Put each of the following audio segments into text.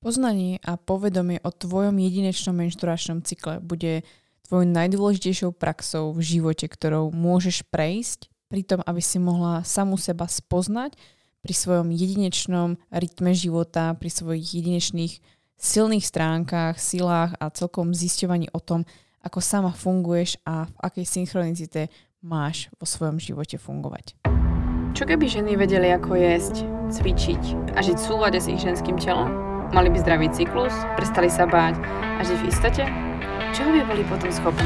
Poznanie a povedomie o tvojom jedinečnom menštruačnom cykle bude tvojou najdôležitejšou praxou v živote, ktorou môžeš prejsť, pri tom, aby si mohla samu seba spoznať pri svojom jedinečnom rytme života, pri svojich jedinečných silných stránkach, silách a celkom zisťovaní o tom, ako sama funguješ a v akej synchronicite máš vo svojom živote fungovať. Čo keby ženy vedeli, ako jesť, cvičiť a žiť v súlade s ich ženským telom? Mali by zdravý cyklus, prestali sa báť a žiť v istote? Čoho by boli potom schopné?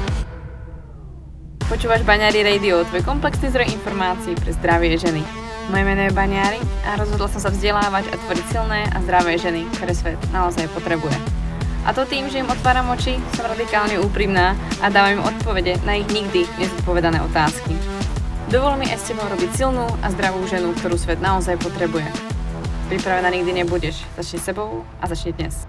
Počúvaš Baňári Radio, tvoj komplexný zdroj informácií pre zdravie ženy. Moje meno je Baňári a rozhodla som sa vzdelávať a tvoriť silné a zdravé ženy, ktoré svet naozaj potrebuje. A to tým, že im otváram oči, som radikálne úprimná a dávam im odpovede na ich nikdy nezodpovedané otázky. Dovol mi aj s tebou robiť silnú a zdravú ženu, ktorú svet naozaj potrebuje. Pripravená nikdy nebudeš. Začni sebou a začni dnes.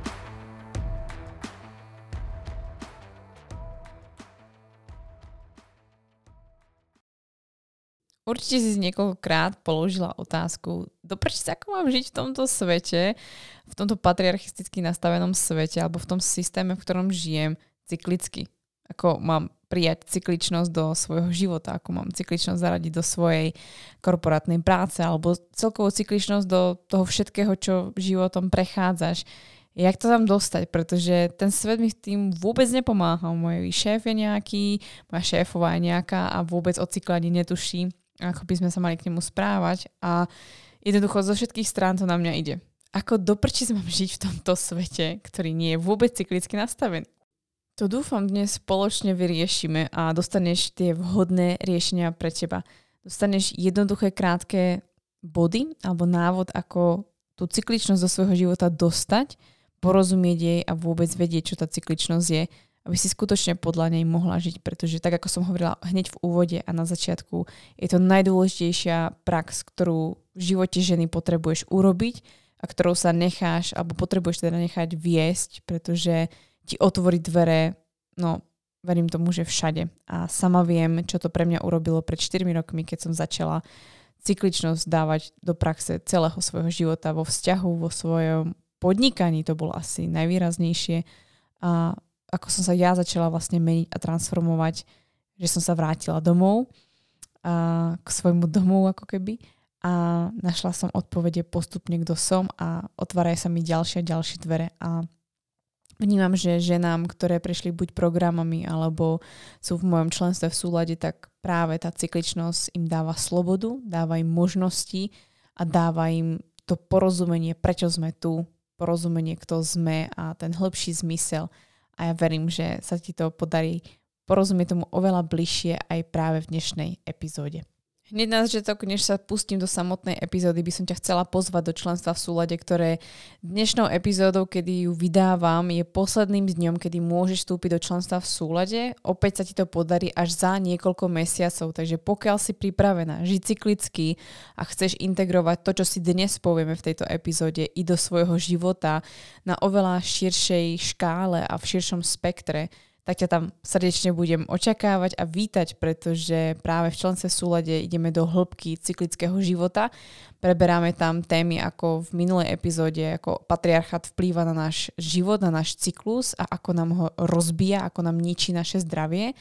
Určite si niekoľkokrát položila otázku, doprečo sa ako mám žiť v tomto svete, v tomto patriarchisticky nastavenom svete alebo v tom systéme, v ktorom žijem cyklicky. Ako mám prijať cykličnosť do svojho života, ako mám cykličnosť zaradiť do svojej korporátnej práce alebo celkovú cykličnosť do toho všetkého, čo životom prechádzaš. Jak to tam dostať? Pretože ten svet mi tým vôbec nepomáha. Môj šéf je nejaký, moja šéfová je nejaká a vôbec o cykle ani netuší, ako by sme sa mali k nemu správať. A jednoducho zo všetkých strán to na mňa ide. Ako doprči mám žiť v tomto svete, ktorý nie je vôbec cyklicky nastavený? To dúfam dnes spoločne vyriešime a dostaneš tie vhodné riešenia pre teba. Dostaneš jednoduché, krátke body alebo návod, ako tú cykličnosť do svojho života dostať, porozumieť jej a vôbec vedieť, čo tá cykličnosť je, aby si skutočne podľa nej mohla žiť, pretože tak, ako som hovorila hneď v úvode a na začiatku, je to najdôležitejšia prax, ktorú v živote ženy potrebuješ urobiť a ktorou sa necháš, alebo potrebuješ teda nechať viesť, pretože ti otvorí dvere, no verím tomu, že všade. A sama viem, čo to pre mňa urobilo pred 4 rokmi, keď som začala cykličnosť dávať do praxe celého svojho života, vo vzťahu, vo svojom podnikaní, to bolo asi najvýraznejšie. A ako som sa ja začala vlastne meniť a transformovať, že som sa vrátila domov, k svojmu domu ako keby, a našla som odpovede postupne, kto som a otvárajú sa mi ďalšie a ďalšie dvere a vnímam, že ženám, ktoré prešli buď programami, alebo sú v mojom členstve v súlade, tak práve tá cykličnosť im dáva slobodu, dáva im možnosti a dáva im to porozumenie, prečo sme tu, porozumenie, kto sme a ten hĺbší zmysel. A ja verím, že sa ti to podarí porozumieť tomu oveľa bližšie aj práve v dnešnej epizóde. Hneď na začiatok, než sa pustím do samotnej epizódy, by som ťa chcela pozvať do členstva v súlade, ktoré dnešnou epizódou, kedy ju vydávam, je posledným dňom, kedy môžeš vstúpiť do členstva v súlade. Opäť sa ti to podarí až za niekoľko mesiacov, takže pokiaľ si pripravená žiť cyklicky a chceš integrovať to, čo si dnes povieme v tejto epizóde i do svojho života na oveľa širšej škále a v širšom spektre, tak ťa tam srdečne budem očakávať a vítať, pretože práve v členstve v súlade ideme do hĺbky cyklického života. Preberáme tam témy ako v minulej epizóde, ako patriarchát vplýva na náš život, na náš cyklus a ako nám ho rozbíja, ako nám ničí naše zdravie.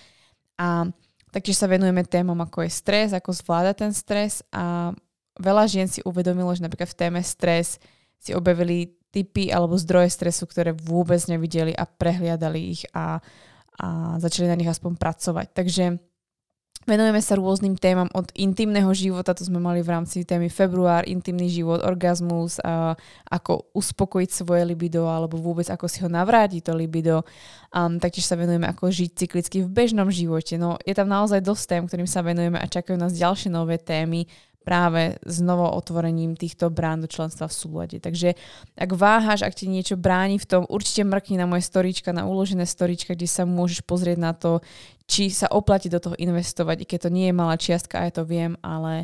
A taktiež sa venujeme témam, ako je stres, ako zvládať ten stres a veľa žien si uvedomilo, že napríklad v téme stres si objavili typy alebo zdroje stresu, ktoré vôbec nevideli a prehliadali ich a začali na nich aspoň pracovať. Takže venujeme sa rôznym témam od intimného života, to sme mali v rámci témy február, intimný život, orgazmus, ako uspokojiť svoje libido alebo vôbec ako si ho navrátiť to libido. Taktiež sa venujeme ako žiť cyklicky v bežnom živote. No, je tam naozaj dosť tém, ktorým sa venujeme a čakajú nás ďalšie nové témy práve s novou otvorením týchto brán do členstva v súlade. Takže ak váhaš, ak ti niečo bráni v tom, určite mrkni na moje storíčka, na uložené storíčka, kde sa môžeš pozrieť na to, či sa oplatí do toho investovať, i keď to nie je malá čiastka, ja to viem, ale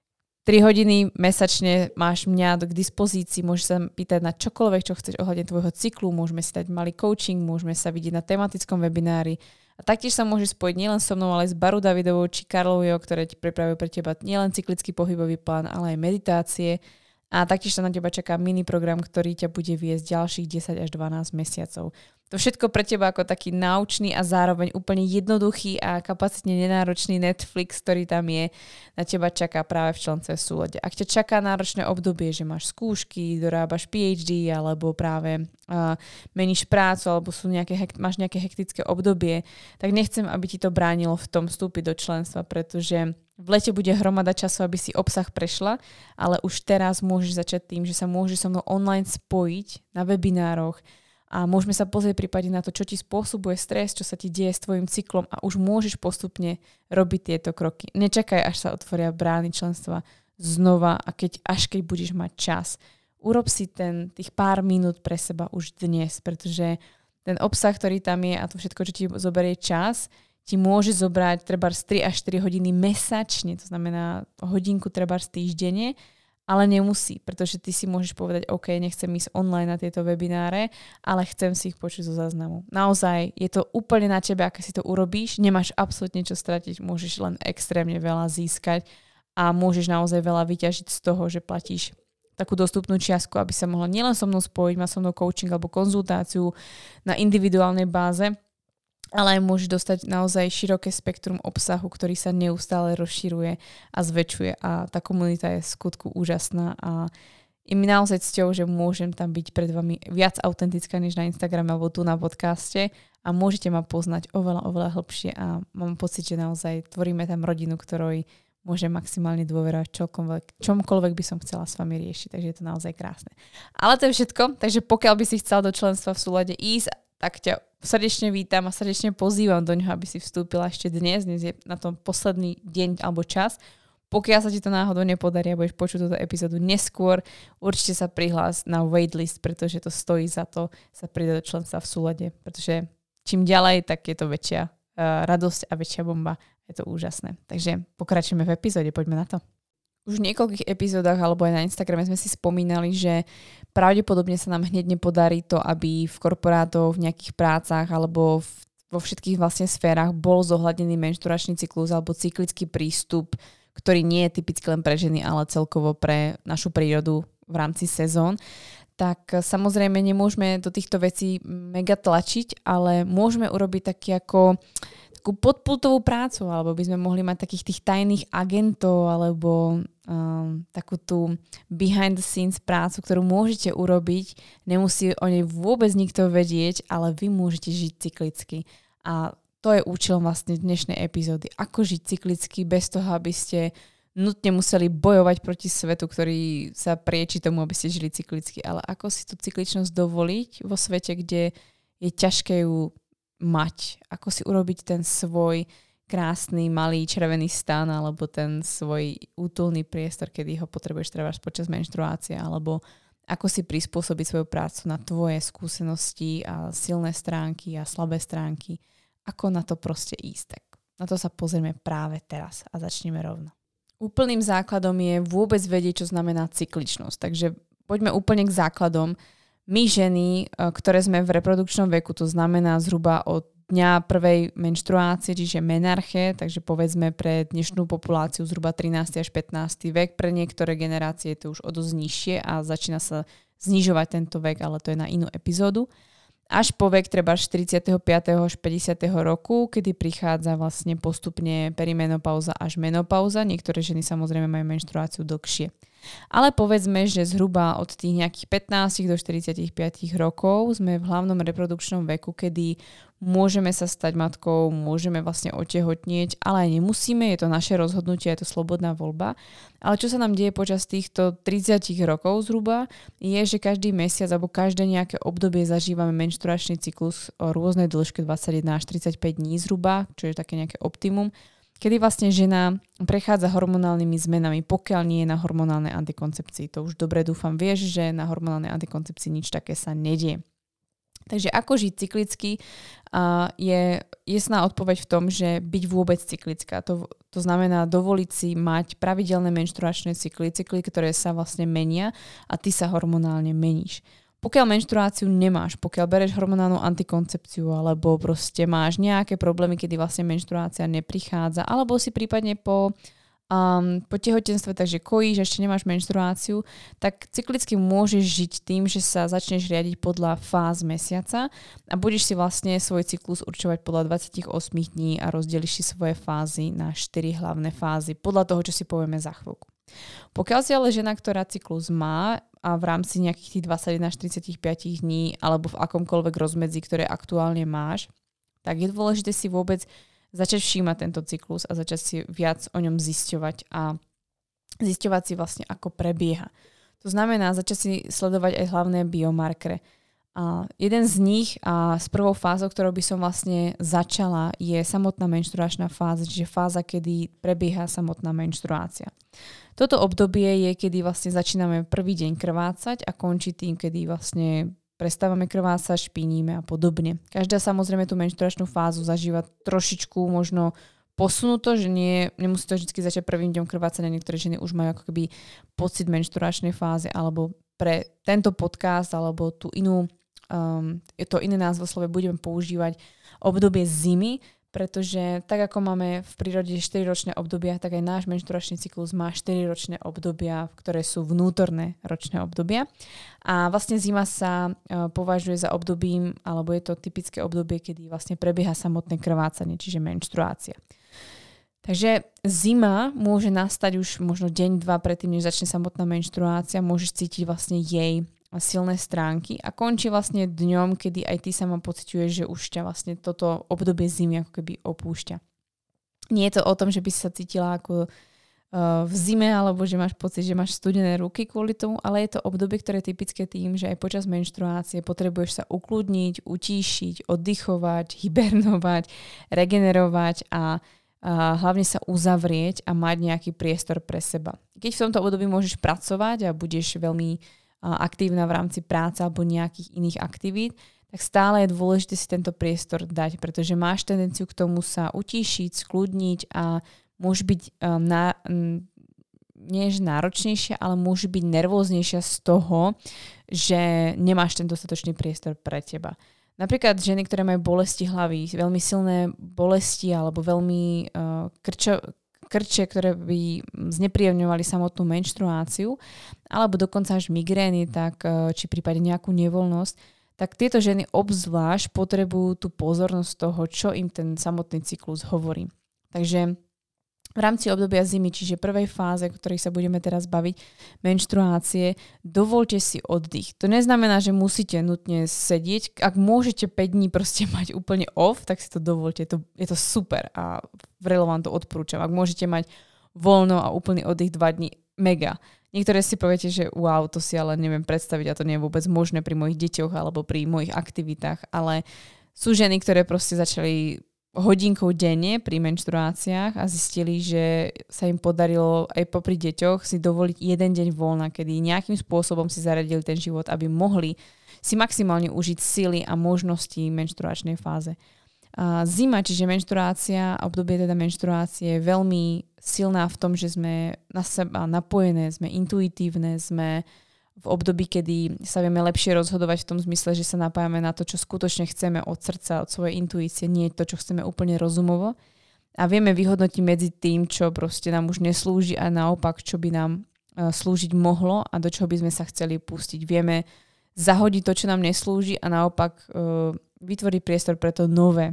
3 hodiny mesačne máš mňa k dispozícii, môžeš sa pýtať na čokoľvek, čo chceš ohľadne tvojho cyklu, môžeme si dať malý coaching, môžeme sa vidieť na tematickom webinári. A taktiež sa môžeš spojiť nielen so mnou, ale aj s Baru Davidovou či Karlou Jo, ktoré ti pripravujú pre teba nielen cyklický pohybový plán, ale aj meditácie A taktiež sa na teba čaká mini program, ktorý ťa bude viesť ďalších 10 až 12 mesiacov. To všetko pre teba ako taký naučný a zároveň úplne jednoduchý a kapacitne nenáročný Netflix, ktorý tam je, na teba čaká práve v členstve v súlade. Ak ťa čaká náročné obdobie, že máš skúšky, dorábaš PhD alebo práve meníš prácu alebo máš nejaké hektické obdobie, tak nechcem, aby ti to bránilo v tom vstúpiť do členstva, pretože v lete bude hromada času, aby si obsah prešla, ale už teraz môžeš začať tým, že sa môžeš so mnou online spojiť na webinároch a môžeme sa pozrieť prípadne na to, čo ti spôsobuje stres, čo sa ti deje s tvojim cyklom a už môžeš postupne robiť tieto kroky. Nečakaj, až sa otvoria brány členstva znova a keď budeš mať čas. Urob si tých pár minút pre seba už dnes, pretože ten obsah, ktorý tam je a to všetko, čo ti zoberie čas, ti môže zobrať trebárs 3 až 4 hodiny mesačne, to znamená hodinku trebárs týždenne, ale nemusí, pretože ty si môžeš povedať, OK, nechcem ísť online na tieto webináre, ale chcem si ich počuť zo záznamu. Naozaj, je to úplne na tebe, ako si to urobíš, nemáš absolútne čo stratiť, môžeš len extrémne veľa získať a môžeš naozaj veľa vyťažiť z toho, že platíš takú dostupnú čiastku, aby sa mohla nielen so mnou spojiť, mať so mnou coaching alebo konzultáciu na individuálnej báze, ale aj môžeš dostať naozaj široké spektrum obsahu, ktorý sa neustále rozširuje a zväčšuje a tá komunita je v skutku úžasná a je mi naozaj cťou, že môžem tam byť pred vami viac autentická než na Instagrame alebo tu na podcaste a môžete ma poznať oveľa, oveľa hlbšie a mám pocit, že naozaj tvoríme tam rodinu, ktorej môžem maximálne dôverovať čomkoľvek by som chcela s vami riešiť, takže je to naozaj krásne. Ale to je všetko, takže pokiaľ by si chcel do členstva v súlade ísť, tak ťa srdečne vítam a srdečne pozývam do ňoho, aby si vstúpila ešte dnes. Dnes je na tom posledný deň alebo čas. Pokiaľ sa ti to náhodou nepodarí a budeš počuť túto epizódu neskôr, určite sa prihlás na waitlist, pretože to stojí za to sa pridať do členstva v súlade. Pretože čím ďalej, tak je to väčšia radosť a väčšia bomba. Je to úžasné. Takže pokračujeme v epizóde, poďme na to. Už v niekoľkých epizódach alebo aj na Instagrame sme si spomínali, že pravdepodobne sa nám hneď nepodarí to, aby v korporátoch, v nejakých prácach alebo vo všetkých vlastne sférach bol zohľadnený menštruačný cyklus alebo cyklický prístup, ktorý nie je typicky len pre ženy, ale celkovo pre našu prírodu v rámci sezón. Tak samozrejme nemôžeme do týchto vecí mega tlačiť, ale môžeme urobiť takú podpultovú prácu, alebo by sme mohli mať takých tých tajných agentov, alebo takú tú behind the scenes prácu, ktorú môžete urobiť. Nemusí o nej vôbec nikto vedieť, ale vy môžete žiť cyklicky. A to je účelom vlastne dnešnej epizódy. Ako žiť cyklicky bez toho, aby ste nutne museli bojovať proti svetu, ktorý sa prieči tomu, aby ste žili cyklicky. Ale ako si tú cykličnosť dovoliť vo svete, kde je ťažké ju mať, ako si urobiť ten svoj krásny, malý červený stan alebo ten svoj útulný priestor, kedy ho potrebuješ trebať počas menštruácie, alebo ako si prispôsobiť svoju prácu na tvoje skúsenosti a silné stránky a slabé stránky. Ako na to proste ísť. Tak na to sa pozrieme práve teraz a začneme rovno. Úplným základom je vôbec vedieť, čo znamená cykličnosť. Takže poďme úplne k základom. My ženy, ktoré sme v reprodukčnom veku, to znamená zhruba od dňa prvej menštruácie, čiže menarche, takže povedzme pre dnešnú populáciu zhruba 13. až 15. vek, pre niektoré generácie je to už o dosť nižšie a začína sa znižovať tento vek, ale to je na inú epizódu. Až po vek treba 45. až 50. roku, kedy prichádza vlastne postupne perimenopauza až menopauza. Niektoré ženy samozrejme majú menštruáciu dlhšie. Ale povedzme, že zhruba od tých nejakých 15 do 45 rokov sme v hlavnom reprodukčnom veku, kedy môžeme sa stať matkou, môžeme vlastne otehotnieť, ale aj nemusíme, je to naše rozhodnutie, je to slobodná voľba. Ale čo sa nám deje počas týchto 30 rokov zhruba, je, že každý mesiac alebo každé nejaké obdobie zažívame menštruačný cyklus o rôznej dĺžke 21 až 35 dní zhruba, čo je také nejaké optimum, kedy vlastne žena prechádza hormonálnymi zmenami, pokiaľ nie je na hormonálnej antikoncepcii. To už dobre dúfam vieš, že na hormonálnej antikoncepcii nič také sa nedie. Takže ako žiť cyklicky je jasná odpoveď v tom, že byť vôbec cyklická. To znamená dovoliť si mať pravidelné menštruačné cykly, ktoré sa vlastne menia a ty sa hormonálne meníš. Pokiaľ menštruáciu nemáš, pokiaľ bereš hormonálnu antikoncepciu alebo proste máš nejaké problémy, kedy vlastne menštruácia neprichádza, alebo si prípadne po po tehotenstve, takže kojíš, ešte nemáš menštruáciu, tak cyklicky môžeš žiť tým, že sa začneš riadiť podľa fáz mesiaca a budeš si vlastne svoj cyklus určovať podľa 28 dní a rozdeliš si svoje fázy na 4 hlavné fázy, podľa toho, čo si povieme za chvíľku. Pokiaľ si ale žena, ktorá cyklus má a v rámci nejakých tých 21 až 35 dní alebo v akomkoľvek rozmedzi, ktoré aktuálne máš, tak je dôležité si vôbec začať všímať tento cyklus a začať si viac o ňom zisťovať a zisťovať si vlastne, ako prebieha. To znamená začať si sledovať aj hlavné biomarkery. A jeden z nich a s prvou fázou, ktorou by som vlastne začala, je samotná menštruačná fáza, čiže fáza, kedy prebieha samotná menštruácia. Toto obdobie je, kedy vlastne začíname prvý deň krvácať a končí tým, kedy vlastne prestávame krvácať, špiníme a podobne. Každá samozrejme tú menštruačnú fázu zažíva trošičku možno posunuto, že nemusí to vždy začať prvým dňom krvácania. Niektoré ženy už majú ako keby pocit menštruačnej fáze, alebo pre tento podcast alebo tú inú to iné názvoslovie budeme používať obdobie zimy, pretože tak ako máme v prírode 4-ročné obdobia, tak aj náš menštruačný cyklus má 4-ročné obdobia, ktoré sú vnútorné ročné obdobia. A vlastne zima sa považuje za obdobím, alebo je to typické obdobie, kedy vlastne prebieha samotné krvácanie, čiže menštruácia. Takže zima môže nastať už možno deň, dva predtým, než začne samotná menštruácia, môžeš cítiť vlastne jej silné stránky a končí vlastne dňom, kedy aj ty sama pociťuješ, že už ťa vlastne toto obdobie zimy ako keby opúšťa. Nie je to o tom, že by si sa cítila ako v zime, alebo že máš pocit, že máš studené ruky kvôli tomu, ale je to obdobie, ktoré je typické tým, že aj počas menštruácie potrebuješ sa ukludniť, utíšiť, oddychovať, hibernovať, regenerovať a hlavne sa uzavrieť a mať nejaký priestor pre seba. Keď v tomto období môžeš pracovať a budeš veľmi aktívna v rámci práce alebo nejakých iných aktivít, tak stále je dôležité si tento priestor dať, pretože máš tendenciu k tomu sa utíšiť, skľudniť a môže byť nie náročnejšia, ale môže byť nervóznejšia z toho, že nemáš ten dostatočný priestor pre teba. Napríklad ženy, ktoré majú bolesti hlavy, veľmi silné bolesti alebo veľmi krče, ktoré by znepríjemňovali samotnú menštruáciu, alebo dokonca až migrény, tak, či prípadne nejakú nevoľnosť, tak tieto ženy obzvlášť potrebujú tú pozornosť toho, čo im ten samotný cyklus hovorí. Takže v rámci obdobia zimy, čiže prvej fáze, o ktorej sa budeme teraz baviť, menštruácie, dovoľte si oddych. To neznamená, že musíte nutne sedieť. Ak môžete 5 dní proste mať úplne off, tak si to dovoľte. Je to super a vrelo vám to odporúčam. Ak môžete mať voľno a úplný oddych 2 dní, mega. Niektoré si poviete, že wow, to si ale neviem predstaviť a to nie je vôbec možné pri mojich deťoch alebo pri mojich aktivitách, ale sú ženy, ktoré proste začali hodinkou denne pri menštruáciách a zistili, že sa im podarilo aj popri deťoch si dovoliť jeden deň voľna, kedy nejakým spôsobom si zaradili ten život, aby mohli si maximálne užiť sily a možnosti menštruačnej fáze. A zima, čiže menštruácia, obdobie teda menštruácie je veľmi silná v tom, že sme na seba napojené, sme intuitívne, sme v období, kedy sa vieme lepšie rozhodovať v tom zmysle, že sa napájame na to, čo skutočne chceme od srdca, od svojej intuície, nie to, čo chceme úplne rozumovo. A vieme vyhodnotiť medzi tým, čo proste nám už neslúži a naopak, čo by nám slúžiť mohlo a do čoho by sme sa chceli pustiť. Vieme zahodiť to, čo nám neslúži a naopak vytvoriť priestor pre to nové.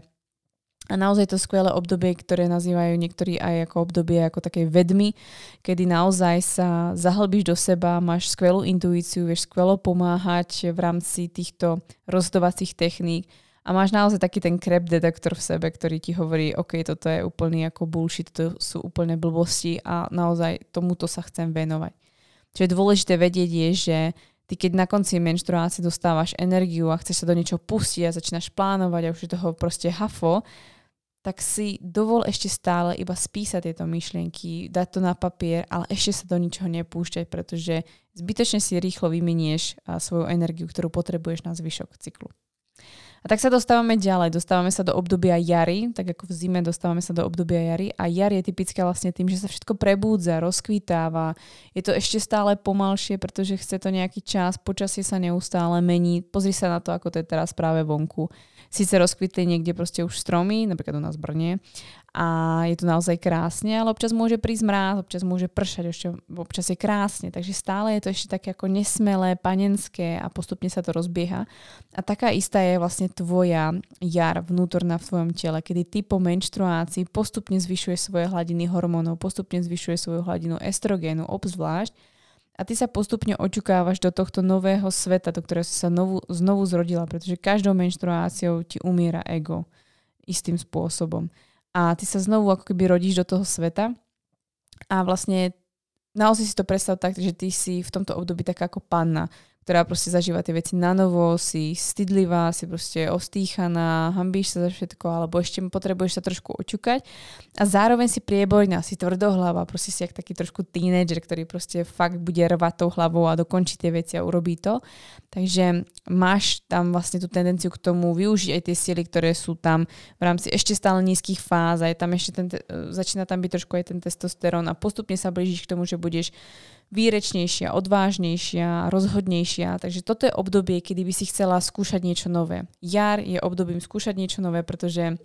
A naozaj to skvelé obdobie, ktoré nazývajú niektorí aj ako obdobie ako také vedmy, kedy naozaj sa zahlbíš do seba, máš skvelú intuíciu, vieš skvelo pomáhať v rámci týchto rozhodovacích techník a máš naozaj taký ten crap detektor v sebe, ktorý ti hovorí, OK, toto je úplný ako bullshit, to sú úplne blbosti a naozaj tomuto sa chcem venovať. Čo je dôležité vedieť je, že ty keď na konci menštruácie dostávaš energiu a chceš sa do niečoho pustiť a začínaš plánovať a už je toho proste hafo, tak si dovol ešte stále iba spísať tieto myšlienky, dať to na papier, ale ešte sa do ničoho nepúšťať, pretože zbytočne si rýchlo vyminieš svoju energiu, ktorú potrebuješ na zvyšok cyklu. A tak sa dostávame ďalej, dostávame sa do obdobia jary, tak ako v zime dostávame sa do obdobia jary a jar je typická vlastne tým, že sa všetko prebúdza, rozkvitáva, je to ešte stále pomalšie, pretože chce to nejaký čas, počasie sa neustále mení, pozri sa na to, ako to je teraz práve vonku. Síce rozkvitli niekde proste už stromy, napríklad u nás v Brne, a je to naozaj krásne, ale občas môže prísť mráz, občas môže pršať, občas je krásne, takže stále je to ešte také ako nesmelé, panenské a postupne sa to rozbieha. A taká istá je vlastne tvoja jar vnútorná v tvojom tele, kedy ty po menštruácii postupne zvyšuje svoje hladiny hormónov, postupne zvyšuje svoju hladinu estrogénu obzvlášť a ty sa postupne očukávaš do tohto nového sveta, do ktorého si sa znovu zrodila, pretože každou menštruáciou ti umiera ego istým spôsobom. A ty sa znovu ako keby rodíš do toho sveta a vlastne naozaj si to predstav tak, že ty si v tomto období taká ako panna, ktorá proste zažíva tie veci na novo, si stydlivá, si proste ostýchaná, hanbíš sa za všetko, alebo ešte potrebuješ sa trošku oťukať a zároveň si priebojná, si tvrdohlava, proste si jak taký trošku tínedžer, ktorý proste fakt bude rvať tou hlavou a dokončí tie veci a urobí to. Takže máš tam vlastne tú tendenciu k tomu využiť aj tie sily, ktoré sú tam v rámci ešte stále nízkych fáz, aj tam ešte začína tam byť trošku aj ten testosterón a postupne sa blížiš k tomu, že budeš výrečnejšia, odvážnejšia, rozhodnejšia. Takže toto je obdobie, kedy by si chcela skúšať niečo nové. Jar je obdobím skúšať niečo nové, pretože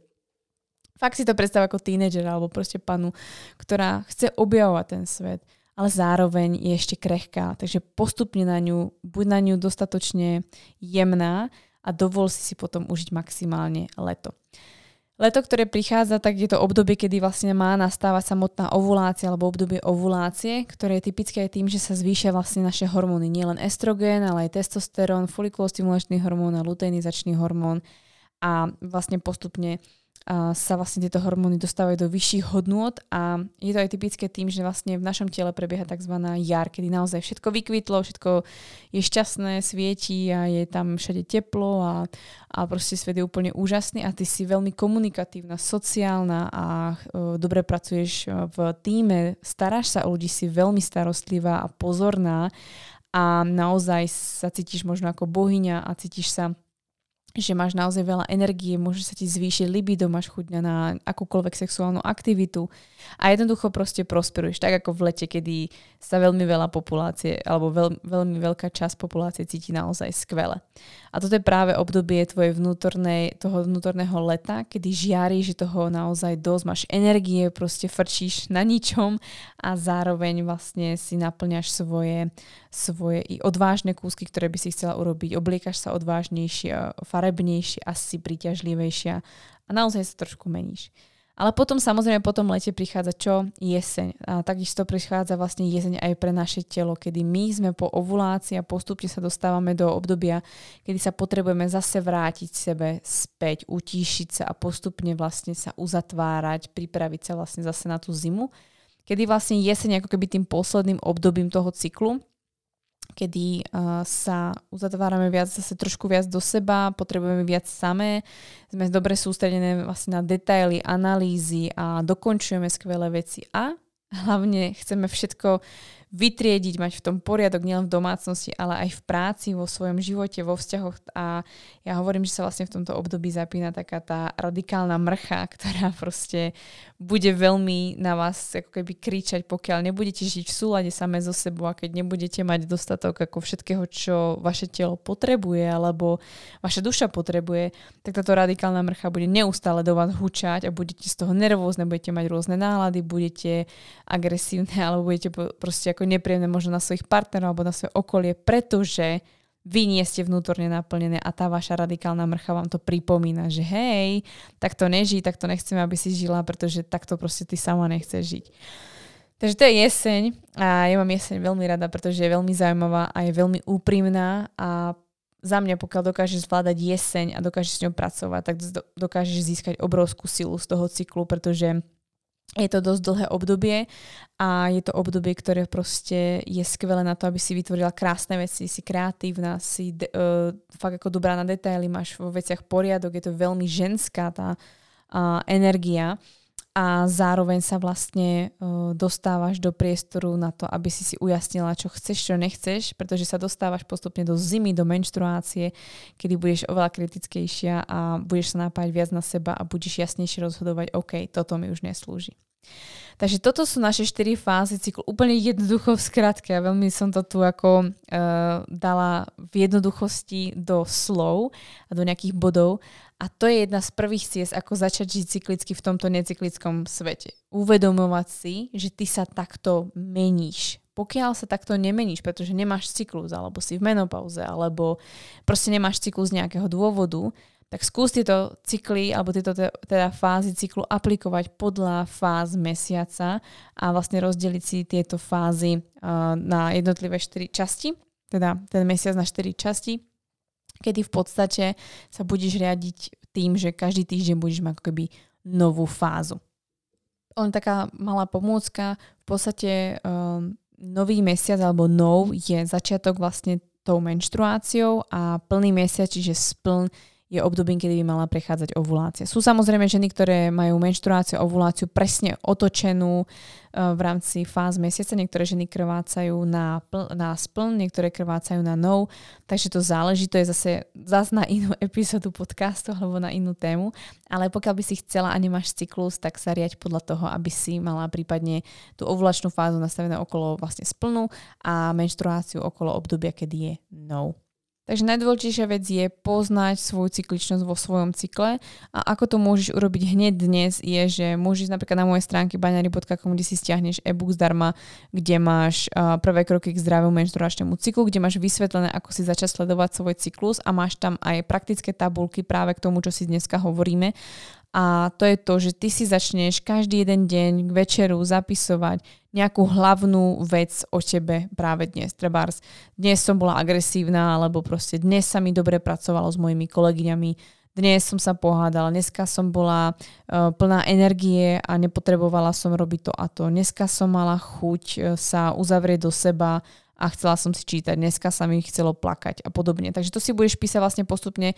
fakt si to predstav ako tínedžer alebo proste panu, ktorá chce objavovať ten svet, ale zároveň je ešte krehká. Takže postupne buď na ňu dostatočne jemná a dovol si potom užiť maximálne leto. Leto, ktoré prichádza, tak je to obdobie, kedy vlastne má nastávať samotná ovulácia alebo obdobie ovulácie, ktoré je typické aj tým, že sa zvýšia vlastne naše hormóny. Nielen estrogén, ale aj testosterón, folikulostimulačný hormón a luteinizačný hormón. A vlastne postupne sa vlastne tieto hormóny dostávajú do vyšších hodnôt a je to aj typické tým, že vlastne v našom tele prebieha tzv. Jar, kedy naozaj všetko vykvitlo, všetko je šťastné, svietí a je tam všade teplo a proste svet je úplne úžasný a ty si veľmi komunikatívna, sociálna a dobre pracuješ v tíme, staráš sa o ľudí, si veľmi starostlivá a pozorná a naozaj sa cítiš možno ako bohyňa a cítiš sa, že máš naozaj veľa energie, môže sa ti zvýšiť libido, máš chuť na akúkoľvek sexuálnu aktivitu a jednoducho proste prosperuješ, tak ako v lete, kedy sa veľmi veľa populácie alebo veľmi veľká časť populácie cíti naozaj skvele. A toto je práve obdobie toho vnútorného leta, kedy žiaríš, že toho naozaj dosť, máš energie, proste frčíš na ničom a zároveň vlastne si naplňaš svoje i odvážne kúsky, ktoré by si chcela urobiť. Obliekaš sa odvážnejšie, farebnejšie, asi príťažlivejšia a naozaj sa trošku meníš. Ale potom samozrejme po tom lete prichádza čo? Jeseň. A takisto prichádza vlastne jeseň aj pre naše telo, kedy my sme po ovulácii a postupne sa dostávame do obdobia, kedy sa potrebujeme zase vrátiť sebe späť, utíšiť sa a postupne vlastne sa uzatvárať, pripraviť sa vlastne zase na tú zimu. Kedy vlastne jeseň ako keby tým posledným obdobím toho cyklu, kedy sa uzatvárame zase trošku viac do seba, potrebujeme viac samé, sme dobre sústredené vlastne na detaily, analýzy a dokončujeme skvelé veci a hlavne chceme všetko vytriediť, mať v tom poriadok nielen v domácnosti, ale aj v práci, vo svojom živote, vo vzťahoch a ja hovorím, že sa vlastne v tomto období zapína taká tá radikálna mrcha, ktorá proste bude veľmi na vás ako keby kričať, pokiaľ nebudete žiť v súlade samé so sebou a keď nebudete mať dostatok ako všetkého, čo vaše telo potrebuje alebo vaša duša potrebuje, tak táto radikálna mrcha bude neustále do vás hučať a budete z toho nervózne, budete mať rôzne nálady, budete agresívne alebo budete proste ako nepríjemné možno na svojich partnerov alebo na svoje okolie, pretože vy nie ste vnútorne naplnené a tá vaša radikálna mrcha vám to pripomína, že hej, takto nežij, takto nechceme, aby si žila, pretože takto proste ty sama nechceš žiť. Takže to je jeseň a ja mám jeseň veľmi rada, pretože je veľmi zaujímavá a je veľmi úprimná a za mňa, pokiaľ dokážeš zvládať jeseň a dokážeš s ňou pracovať, tak dokážeš získať obrovskú silu z toho cyklu, pretože je to dosť dlhé obdobie a je to obdobie, ktoré proste je skvelé na to, aby si vytvorila krásne veci, si kreatívna, si fakt ako dobrá na detaily, máš vo veciach poriadok, je to veľmi ženská tá energia a zároveň sa vlastne dostávaš do priestoru na to, aby si ujasnila, čo chceš, čo nechceš, pretože sa dostávaš postupne do zimy, do menštruácie, kedy budeš oveľa kritickejšia a budeš sa napájať viac na seba a budeš jasnejšie rozhodovať, OK, toto mi už neslúži. Takže toto sú naše 4 fázy cyklu. Úplne jednoducho v skratke. A veľmi som to tu ako dala v jednoduchosti do slov a do nejakých bodov. A to je jedna z prvých ciest, ako začať žiť cyklicky v tomto necyklickom svete. Uvedomovať si, že ty sa takto meníš. Pokiaľ sa takto nemeníš, pretože nemáš cyklus, alebo si v menopauze, alebo proste nemáš cyklus z nejakého dôvodu, tak skús tieto cykly alebo tieto teda fázy cyklu aplikovať podľa fáz mesiaca a vlastne rozdeliť si tieto fázy na jednotlivé 4 časti, teda ten mesiac na 4 časti, kedy v podstate sa budeš riadiť tým, že každý týždeň budeš mať ako keby novú fázu. Len taká malá pomôcka, v podstate nový mesiac alebo je začiatok vlastne tou menštruáciou a plný mesiac, čiže spln je obdobím, kedy by mala prechádzať ovulácia. Sú samozrejme ženy, ktoré majú menštruáciu a ovuláciu presne otočenú v rámci fáz mesiaca. Niektoré ženy krvácajú na spln, niektoré krvácajú na takže to záleží. To je zase na inú epizódu podcastu alebo na inú tému. Ale pokiaľ by si chcela a nemáš cyklus, tak sa riaď podľa toho, aby si mala prípadne tú ovulačnú fázu nastavenú okolo vlastne splnu a menštruáciu okolo obdobia, kedy je Takže najdôležitejšia vec je poznať svoju cykličnosť vo svojom cykle a ako to môžeš urobiť hneď dnes je, že môžeš napríklad na mojej stránke baňary.com, kde si stiahneš e-book zdarma, kde máš prvé kroky k zdravému menštruačnému cyklu, kde máš vysvetlené, ako si začať sledovať svoj cyklus a máš tam aj praktické tabulky práve k tomu, čo si dneska hovoríme. A to je to, že ty si začneš každý jeden deň k večeru zapisovať nejakú hlavnú vec o tebe práve dnes. Trebárs, dnes som bola agresívna, alebo proste dnes sa mi dobre pracovalo s mojimi kolegyňami, dnes som sa pohádala, dneska som bola plná energie a nepotrebovala som robiť to a to. Dneska som mala chuť sa uzavrieť do seba a chcela som si čítať, dneska sa mi chcelo plakať a podobne. Takže to si budeš písať vlastne postupne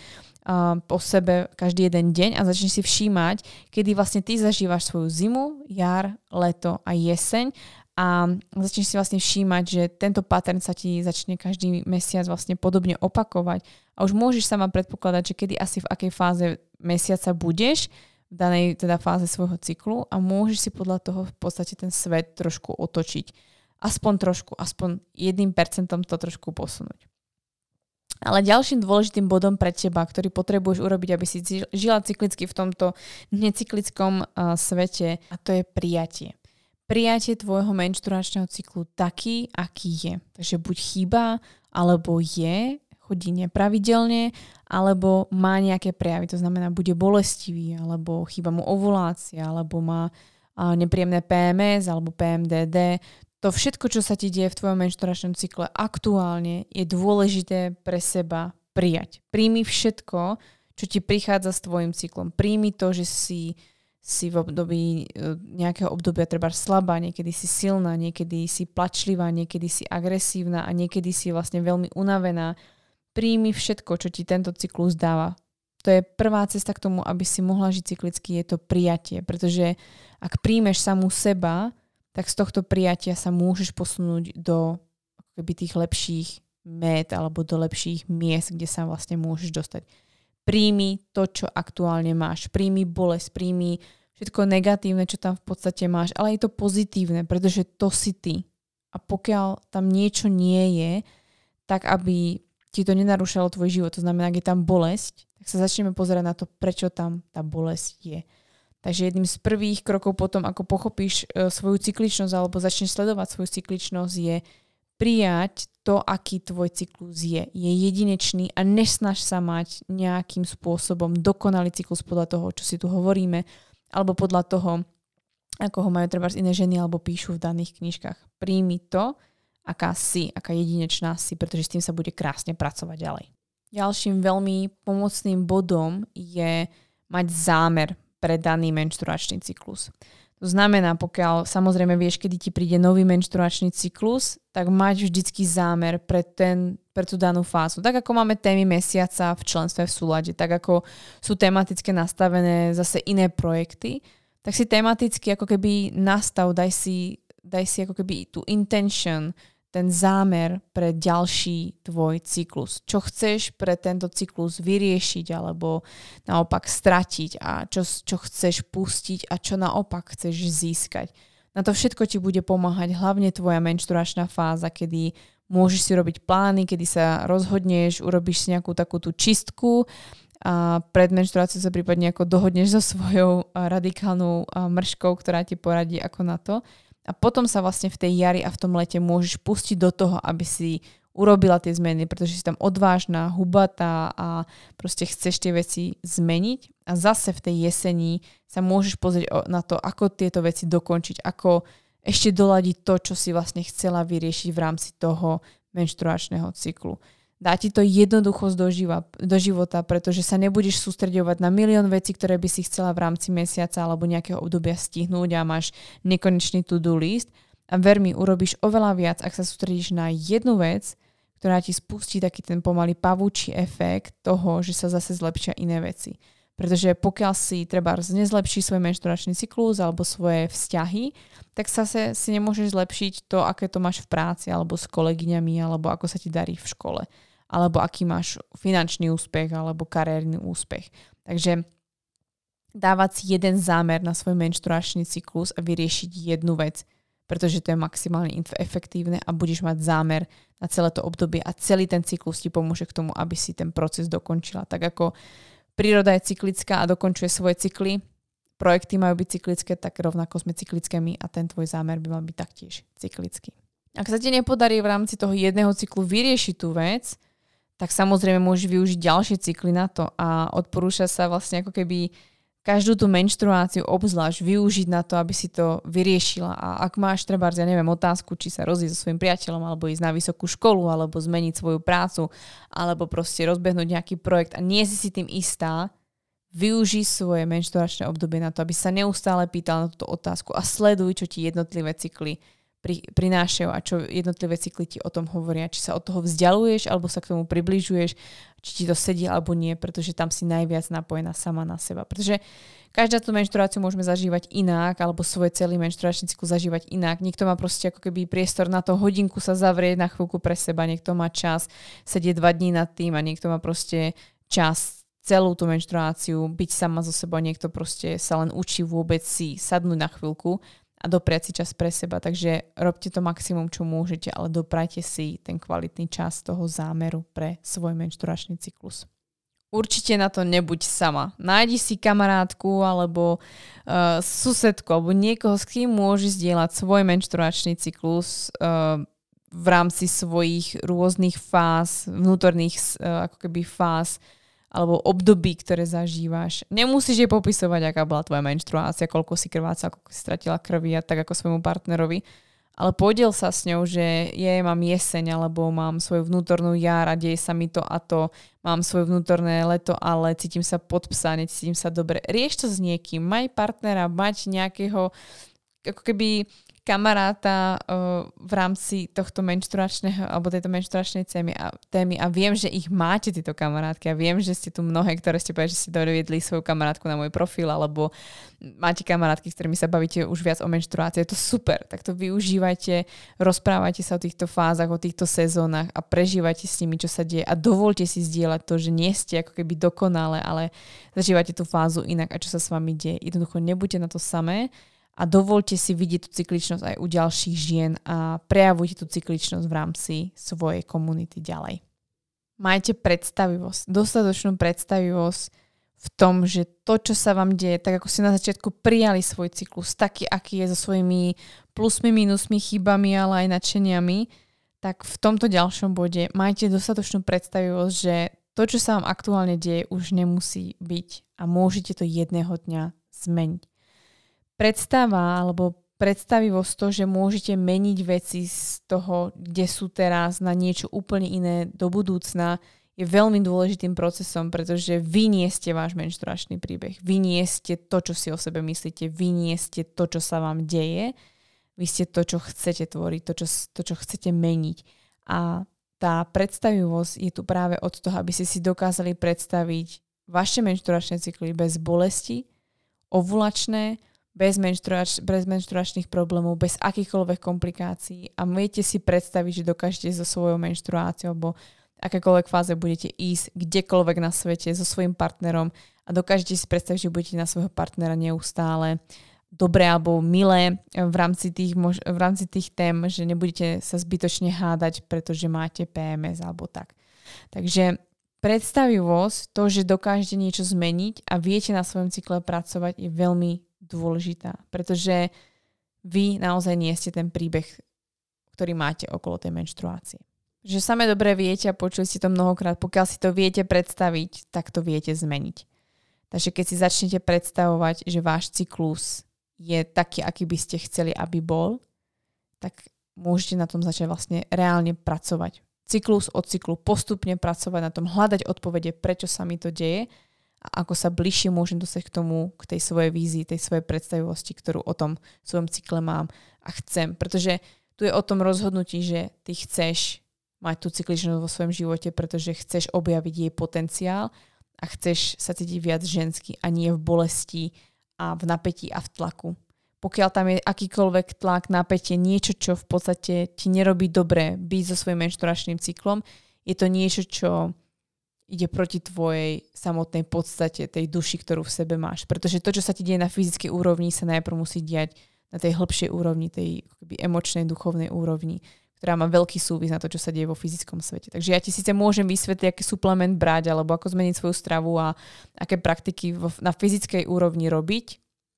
po sebe každý jeden deň a začneš si všímať, kedy vlastne ty zažívaš svoju zimu, jar, leto a jeseň a začneš si vlastne všímať, že tento pattern sa ti začne každý mesiac vlastne podobne opakovať a už môžeš sama predpokladať, že kedy asi v akej fáze mesiaca budeš v danej teda fáze svojho cyklu a môžeš si podľa toho v podstate ten svet trošku otočiť. Aspoň trošku, aspoň 1% to trošku posunúť. Ale ďalším dôležitým bodom pre teba, ktorý potrebuješ urobiť, aby si žila cyklicky v tomto necyklickom svete, a to je prijatie. Prijatie tvojho menštruačného cyklu taký, aký je. Takže buď chýba, alebo chodí nepravidelne, alebo má nejaké prejavy. To znamená, bude bolestivý, alebo chýba mu ovulácia, alebo má nepríjemné PMS, alebo PMDD. To všetko, čo sa ti deje v tvojom menštruačnom cykle aktuálne, je dôležité pre seba prijať. Príjmi všetko, čo ti prichádza s tvojim cyklom. Príjmi to, že si v období nejakého obdobia treba slabá, niekedy si silná, niekedy si plačlivá, niekedy si agresívna a niekedy si vlastne veľmi unavená. Príjmi všetko, čo ti tento cyklus dáva. To je prvá cesta k tomu, aby si mohla žiť cyklicky, je to prijatie. Pretože ak príjmeš samú seba, tak z tohto prijatia sa môžeš posunúť do tých lepších mét alebo do lepších miest, kde sa vlastne môžeš dostať. Príjmi to, čo aktuálne máš. Príjmi bolesť, príjmi všetko negatívne, čo tam v podstate máš, ale je to pozitívne, pretože to si ty. A pokiaľ tam niečo nie je, tak aby ti to nenarúšalo tvoj život, to znamená, ak je tam bolesť, tak sa začneme pozerať na to, prečo tam tá bolesť je. Takže jedným z prvých krokov potom, ako pochopíš svoju cykličnosť alebo začneš sledovať svoju cykličnosť, je prijať to, aký tvoj cyklus je. Je jedinečný a nesnaž sa mať nejakým spôsobom dokonalý cyklus podľa toho, čo si tu hovoríme, alebo podľa toho, ako ho majú treba iné ženy alebo píšu v daných knižkách. Príjmi to, aká si, aká jedinečná si, pretože s tým sa bude krásne pracovať ďalej. Ďalším veľmi pomocným bodom je mať zámer pre daný menštruačný cyklus. To znamená, pokiaľ samozrejme vieš, kedy ti príde nový menštruačný cyklus, tak mať vždycky zámer pre tú danú fázu. Tak ako máme témy mesiaca v členstve v súlade, tak ako sú tematicky nastavené zase iné projekty, tak si tematicky ako keby nastav, daj si ako keby tú intention, ten zámer pre ďalší tvoj cyklus. Čo chceš pre tento cyklus vyriešiť alebo naopak stratiť a čo chceš pustiť a čo naopak chceš získať. Na to všetko ti bude pomáhať hlavne tvoja menštruačná fáza, kedy môžeš si robiť plány, kedy sa rozhodneš, urobíš si nejakú takú tú čistku a pred menštruáciou sa prípadne ako dohodneš so svojou radikálnou mrškou, ktorá ti poradí ako na to. A potom sa vlastne v tej jari a v tom lete môžeš pustiť do toho, aby si urobila tie zmeny, pretože si tam odvážna, hubatá a proste chceš tie veci zmeniť. A zase v tej jeseni sa môžeš pozrieť na to, ako tieto veci dokončiť, ako ešte doladiť to, čo si vlastne chcela vyriešiť v rámci toho menštruačného cyklu. Dá ti to jednoduchosť do života, pretože sa nebudeš sústreďovať na milión vecí, ktoré by si chcela v rámci mesiaca alebo nejakého obdobia stihnúť a máš nekonečný to-do list. A ver mi, urobíš oveľa viac, ak sa sústredíš na jednu vec, ktorá ti spustí taký ten pomalý pavúčí efekt toho, že sa zase zlepšia iné veci. Pretože pokiaľ si trebárs nezlepší svoj menštruačný cyklus alebo svoje vzťahy, tak zase si nemôžeš zlepšiť to, aké to máš v práci alebo s kolegyňami alebo ako sa ti darí v škole. Alebo aký máš finančný úspech alebo kariérny úspech. Takže dávať si jeden zámer na svoj menštruačný cyklus a vyriešiť jednu vec, pretože to je maximálne efektívne a budeš mať zámer na celé to obdobie a celý ten cyklus ti pomôže k tomu, aby si ten proces dokončila. Tak ako príroda je cyklická a dokončuje svoje cykly, projekty majú byť cyklické, tak rovnako sme cyklické my a ten tvoj zámer by mal byť taktiež cyklický. Ak sa ti nepodarí v rámci toho jedného cyklu vyriešiť tú vec, tak samozrejme môžeš využiť ďalšie cykly na to a odporúča sa vlastne ako keby každú tú menštruáciu obzvlášť využiť na to, aby si to vyriešila. A ak máš trebárs, ja neviem, otázku, či sa rozísť so svojím priateľom, alebo ísť na vysokú školu, alebo zmeniť svoju prácu, alebo proste rozbehnúť nejaký projekt a nie si tým istá, využij svoje menštruačné obdobie na to, aby sa neustále pýtal na túto otázku a sleduj, čo ti jednotlivé cykly prinášajú a čo jednotlivé cykly ti o tom hovoria. Či sa od toho vzdialuješ, alebo sa k tomu približuješ, či ti to sedí, alebo nie, pretože tam si najviac napojená sama na seba. Pretože každá tú menštruáciu môžeme zažívať inak, alebo svoj celý menštruačný cyklus zažívať inak. Niekto má proste ako keby priestor na to hodinku sa zavrieť na chvíľku pre seba, niekto má čas sedieť 2 dní nad tým a niekto má proste čas celú tú menštruáciu byť sama so sebou, niekto proste sa len učí vôbec si sadnúť na chvíľku a dopriať si čas pre seba. Takže robte to maximum, čo môžete, ale doprajte si ten kvalitný čas toho zámeru pre svoj menštruačný cyklus. Určite na to nebuď sama. Nájdi si kamarátku alebo susedku alebo niekoho, s kým môžeš zdieľať svoj menštruačný cyklus v rámci svojich rôznych fáz, vnútorných ako keby fáz alebo období, ktoré zažívaš. Nemusíš jej popisovať, aká bola tvoja menštruácia, koľko si krváca, koľko si stratila krvi a tak ako svojmu partnerovi. Ale podiel sa s ňou, že mám jeseň, alebo mám svoju vnútornú jar a deje sa mi to a to, mám svoje vnútorné leto, ale cítim sa pod psa, necítim sa dobre. Rieš to s niekým, maj partnera, mať nejakého ako keby kamaráta v rámci tohto menštruačného alebo tejto menštruačnej témy a viem, že ich máte tieto kamarátky a viem, že ste tu mnohé, ktoré ste povedali, že ste dovedli svoju kamarátku na môj profil alebo máte kamarátky, s ktorými sa bavíte už viac o menštruácii. Je to super, tak to využívajte, rozprávajte sa o týchto fázach, o týchto sezónach a prežívajte s nimi, čo sa deje a dovolte si zdieľať to, že nie ste ako keby dokonale, ale zažívate tú fázu inak a čo sa s vami deje. Jednoducho nebuďte na to samé. A dovolte si vidieť tú cykličnosť aj u ďalších žien a prejavujte tú cykličnosť v rámci svojej komunity ďalej. Majte predstavivosť, dostatočnú predstavivosť v tom, že to, čo sa vám deje, tak ako ste na začiatku prijali svoj cyklus, taký, aký je so svojimi plusmi, minusmi, chybami, ale aj nadšeniami, tak v tomto ďalšom bode majte dostatočnú predstavivosť, že to, čo sa vám aktuálne deje, už nemusí byť a môžete to jedného dňa zmeniť. Predstava alebo predstavivosť to, že môžete meniť veci z toho, kde sú teraz na niečo úplne iné do budúcna, je veľmi dôležitým procesom, pretože vy nie ste váš menštruačný príbeh. Vy nie ste to, čo si o sebe myslíte. Vy nie ste to, čo sa vám deje. Vy ste to, čo chcete tvoriť, to, čo chcete meniť. A tá predstavivosť je tu práve od toho, aby ste si dokázali predstaviť vaše menštruačné cykly bez bolesti, ovulačné, bez menštruačných problémov, bez akýchkoľvek komplikácií a viete si predstaviť, že dokážete so svojou menštruáciou alebo akékoľvek fáze budete ísť kdekoľvek na svete so svojím partnerom a dokážete si predstaviť, že budete na svojho partnera neustále dobré alebo milé v rámci tých tém, že nebudete sa zbytočne hádať, pretože máte PMS alebo tak. Takže predstavivosť, to, že dokážete niečo zmeniť a viete na svojom cykle pracovať, je veľmi dôležitá, pretože vy naozaj nie ste ten príbeh, ktorý máte okolo tej menštruácie. Že same dobre viete a počuli ste to mnohokrát, pokiaľ si to viete predstaviť, tak to viete zmeniť. Takže keď si začnete predstavovať, že váš cyklus je taký, aký by ste chceli, aby bol, tak môžete na tom začať vlastne reálne pracovať. Cyklus od cyklu postupne pracovať na tom, hľadať odpovede, prečo sa mi to deje a ako sa bližšie môžem dostať k tomu, k tej svojej vízii, tej svojej predstavivosti, ktorú o tom svojom cykle mám a chcem. Pretože tu je o tom rozhodnutí, že ty chceš mať tú cykličnosť vo svojom živote, pretože chceš objaviť jej potenciál a chceš sa cítiť viac ženský a nie v bolesti a v napätí a v tlaku. Pokiaľ tam je akýkoľvek tlak, napätie, niečo, čo v podstate ti nerobí dobre byť so svojím menštruačným cyklom, je to niečo, čo ide proti tvojej samotnej podstate, tej duši, ktorú v sebe máš. Pretože to, čo sa ti deje na fyzickej úrovni, sa najprv musí diať na tej hĺbšej úrovni, tej emočnej, duchovnej úrovni, ktorá má veľký súvis na to, čo sa deje vo fyzickom svete. Takže ja ti síce môžem vysvetliť, aký suplement brať, alebo ako zmeniť svoju stravu a aké praktiky na fyzickej úrovni robiť,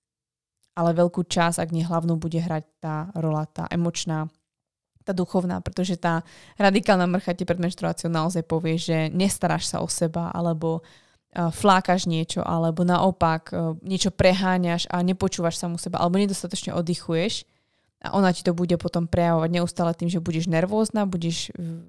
ale veľkú časť, ak nie hlavnú, bude hrať tá rola, tá emočná, tá duchovná, pretože tá radikálna mrcha ti pred menštruáciou naozaj povie, že nestaráš sa o seba, alebo flákaš niečo, alebo naopak niečo preháňaš a nepočúvaš samu seba, alebo nedostatočne oddychuješ a ona ti to bude potom prejavovať neustále tým, že budeš nervózna, budeš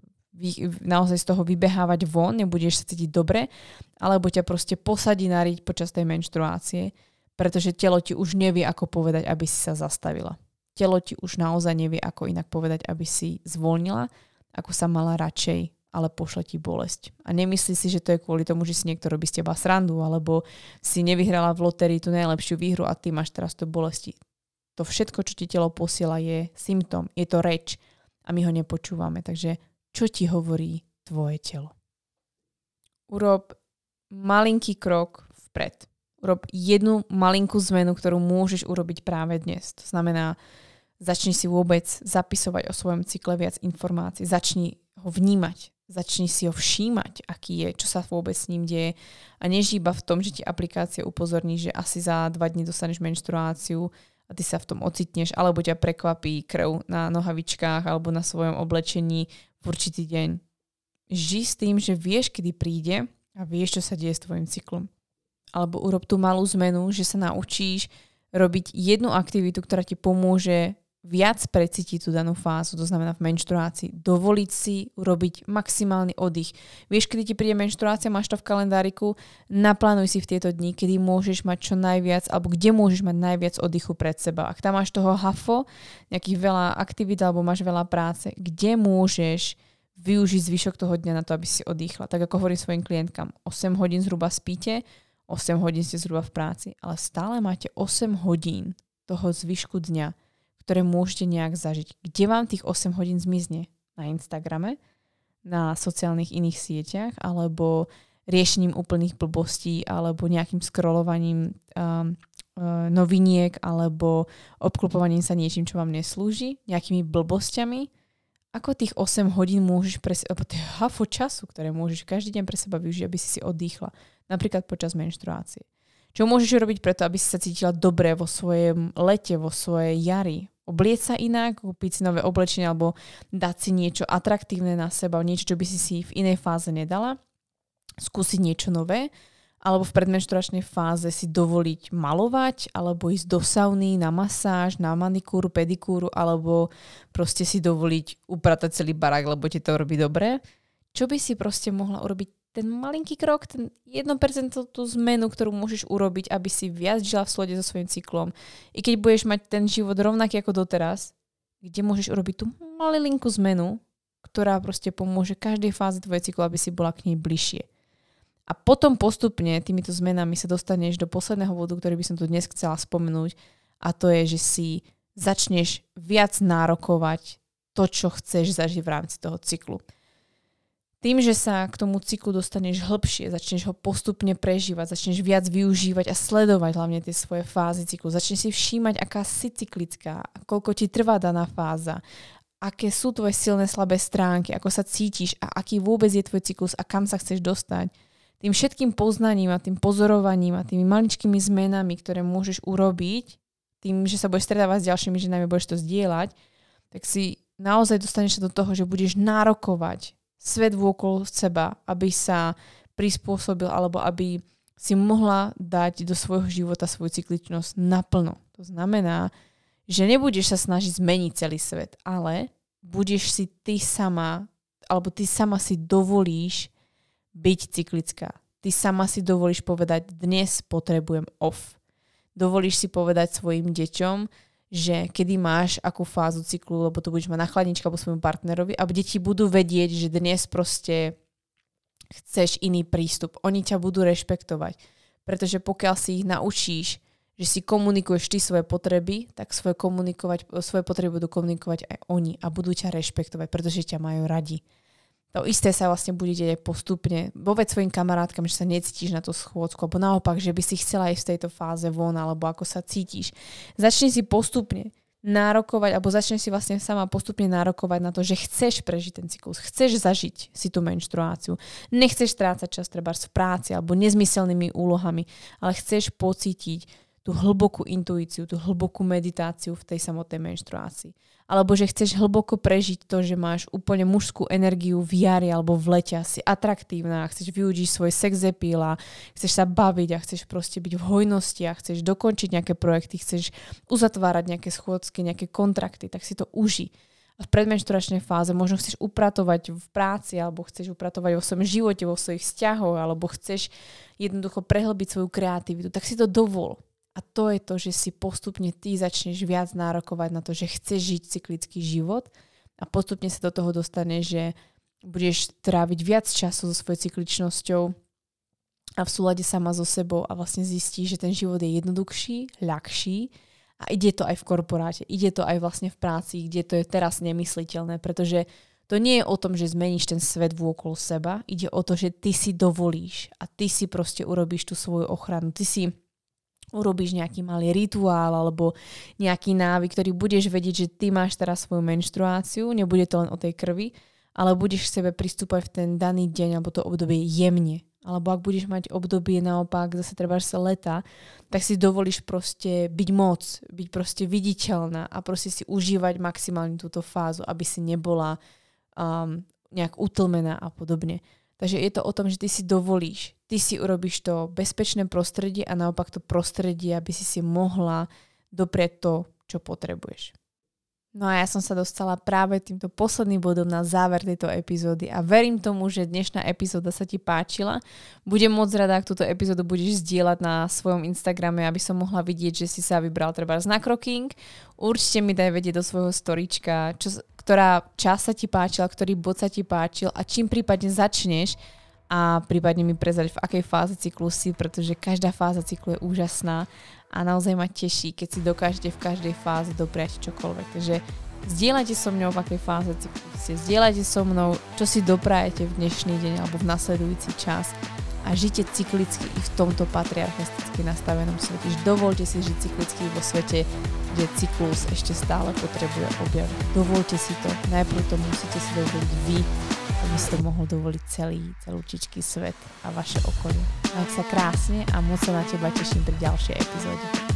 naozaj z toho vybehávať von, nebudeš sa cítiť dobre, alebo ťa proste posadí na riť počas tej menštruácie, pretože telo ti už nevie, ako povedať, aby si sa zastavila. Telo ti už naozaj nevie, ako inak povedať, aby si zvolnila, ako sa mala radšej, ale pošle ti bolesť. A nemyslí si, že to je kvôli tomu, že si niekto robí z teba srandu, alebo si nevyhrala v lotérii tú najlepšiu výhru a ty máš teraz to bolesti. To všetko, čo ti telo posiela, je symptóm, je to reč a my ho nepočúvame. Takže čo ti hovorí tvoje telo? Urob malinký krok vpred. Urob jednu malinkú zmenu, ktorú môžeš urobiť práve dnes. To znamená, začni si vôbec zapisovať o svojom cykle viac informácií. Začni ho vnímať. Začni si ho všímať, aký je, čo sa vôbec s ním deje. A nežíba v tom, že ti aplikácia upozorní, že asi za 2 dní dostaneš menštruáciu a ty sa v tom ocitneš, alebo ťa prekvapí krv na nohavičkách alebo na svojom oblečení v určitý deň. Žij s tým, že vieš, kedy príde a vieš, čo sa deje s tvojim cyklom. Alebo urob tú malú zmenu, že sa naučíš robiť jednu aktivitu, ktorá ti pomôže viac precítiť tú danú fázu, to znamená v menštruácii. Dovoliť si urobiť maximálny oddych. Vieš, kedy ti príde menštruácia, máš to v kalendáriku, naplánuj si v tieto dni, kedy môžeš mať čo najviac, alebo kde môžeš mať najviac oddychu pred seba. Ak tam máš toho hafo, nejakých veľa aktivít, alebo máš veľa práce, kde môžeš využiť zvyšok toho dňa na to, aby si oddychla. Tak ako hovorím svojim klientkám, 8 hodín zhruba spíte, 8 hodín ste zhruba v práci, ale stále máte 8 hodín toho zvyšku dňa, ktoré môžete nejak zažiť. Kde vám tých 8 hodín zmizne? Na Instagrame, na sociálnych iných sieťach, alebo riešením úplných blbostí, alebo nejakým scrollovaním noviniek, alebo obklopovaním sa niečím, čo vám neslúži, nejakými blbosťami. Ako tých 8 hodín môžeš alebo to je hafo času, ktoré môžeš každý deň pre seba využiť, aby si oddychla. Napríklad počas menštruácie. Čo môžeš robiť preto, aby si sa cítila dobre vo svojom lete, vo svojej jari? Oblieť sa inak, kúpiť si nové oblečenie alebo dať si niečo atraktívne na seba, niečo, čo by si v inej fáze nedala. Skúsiť niečo nové. Alebo v predmenštruačnej fáze si dovoliť malovať, alebo ísť do sauny, na masáž, na manikúru, pedikúru, alebo proste si dovoliť upratať celý barák, lebo ti to robí dobre. Čo by si proste mohla urobiť? Ten malinký krok, ten 1% tú zmenu, ktorú môžeš urobiť, aby si viac žila v súlade so svojím cyklom. I keď budeš mať ten život rovnaký ako doteraz, kde môžeš urobiť tú malilinkú zmenu, ktorá proste pomôže každej fáze tvojej cyklu, aby si bola k nej bližšie. A potom postupne týmito zmenami sa dostaneš do posledného bodu, ktorý by som tu dnes chcela spomenúť, a to je, že si začneš viac nárokovať to, čo chceš zažiť v rámci toho cyklu. Tým, že sa k tomu cyklu dostaneš hlbšie, začneš ho postupne prežívať, začneš viac využívať a sledovať hlavne tie svoje fázy cyklu. Začneš si všímať, aká si cyklická, koľko ti trvá daná fáza, aké sú tvoje silné, slabé stránky, ako sa cítiš a aký vôbec je tvoj cyklus a kam sa chceš dostať. Tým všetkým poznaním a tým pozorovaním a tými maličkými zmenami, ktoré môžeš urobiť, tým, že sa budeš stretávať s ďalšími ženami a budeš to zdieľať, tak si naozaj dostaneš sa do toho, že budeš nárokovať svet vôkol seba, aby sa prispôsobil alebo aby si mohla dať do svojho života svoju cykličnosť naplno. To znamená, že nebudeš sa snažiť zmeniť celý svet, ale budeš si ty sama, alebo ty sama si dovolíš byť cyklická. Ty sama si dovolíš povedať, dnes potrebujem off. Dovolíš si povedať svojim deťom, že kedy máš akú fázu cyklu, lebo to budeš mať na chladničku alebo svojmu partnerovi a deti budú vedieť, že dnes proste chceš iný prístup. Oni ťa budú rešpektovať. Pretože pokiaľ si ich naučíš, že si komunikuješ ty svoje potreby, tak svoje potreby budú komunikovať aj oni a budú ťa rešpektovať, pretože ťa majú radi. To isté sa vlastne bude deť aj postupne. Povedz svojim kamarátkam, že sa necítiš na tú schôdzku, alebo naopak, že by si chcela ísť v tejto fáze von, alebo ako sa cítiš. Začni si postupne nárokovať, alebo začni si vlastne sama postupne nárokovať na to, že chceš prežiť ten cyklus, chceš zažiť si tú menštruáciu. Nechceš strácať čas trebárs v práci alebo nezmyselnými úlohami, ale chceš pocítiť tú hlbokú intuíciu, tú hlbokú meditáciu v tej samotnej menštruácii. Alebo že chceš hlboko prežiť to, že máš úplne mužskú energiu v jari alebo v lete, si atraktívna, chceš využiť svoj sex appeal a chceš sa baviť a chceš proste byť v hojnosti a chceš dokončiť nejaké projekty, chceš uzatvárať nejaké schôdzky, nejaké kontrakty, tak si to uži. A v predmenštruačnej fáze možno chceš upratovať v práci alebo chceš upratovať vo svojom živote, vo svojich vzťahoch alebo chceš jednoducho prehlbiť svoju kreativitu, tak si to dovol. A to je to, že si postupne ty začneš viac nárokovať na to, že chceš žiť cyklický život a postupne sa do toho dostaneš, že budeš tráviť viac času so svojou cykličnosťou a v súlade sama so sebou a vlastne zistíš, že ten život je jednoduchší, ľahší a ide to aj v korporáte, ide to aj vlastne v práci, kde to je teraz nemysliteľné, pretože to nie je o tom, že zmeníš ten svet vôkol seba, ide o to, že ty si dovolíš a ty si proste urobíš tú svoju ochranu, ty si urobíš nejaký malý rituál alebo nejaký návyk, ktorý budeš vedieť, že ty máš teraz svoju menštruáciu, nebude to len o tej krvi, ale budeš k sebe pristúpať v ten daný deň alebo to obdobie jemne. Alebo ak budeš mať obdobie naopak, zase trebárs leta, tak si dovolíš proste byť moc, byť proste viditeľná a proste si užívať maximálne túto fázu, aby si nebola nejak utlmená a podobne. Takže je to o tom, že ty si dovolíš, ty si urobíš to bezpečné prostredie a naopak to prostredie, aby si mohla doprieť to, čo potrebuješ. No a ja som sa dostala práve týmto posledným bodom na záver tejto epizódy a verím tomu, že dnešná epizóda sa ti páčila. Budem moc rada, ak túto epizódu budeš zdieľať na svojom Instagrame, aby som mohla vidieť, že si sa vybral trebárs na Croking. Určite mi daj vedieť do svojho storíčka, ktorá časť sa ti páčila, ktorý bod sa ti páčil a čím prípadne začneš a prípadne mi prezrať, v akej fáze cyklu si, pretože každá fáza cyklu je úžasná a naozaj ma teší, keď si dokážete v každej fáze dopriať čokoľvek. Takže zdieľajte so mnou, v akej fáze cyklu ste, zdieľajte so mnou, čo si doprajete v dnešný deň alebo v nasledujúci čas a žite cyklicky i v tomto patriarchisticky nastavenom svete. Dovolte si žiť cyklicky vo svete, kde cyklus ešte stále potrebuje objaviť. Dovolte si to. Najprv to musíte si dovoliť vy, aby si to mohol dovoliť celúčičký svet a vaše okolie. Maj sa krásne a moc sa na teba teším pri ďalšej epizóde.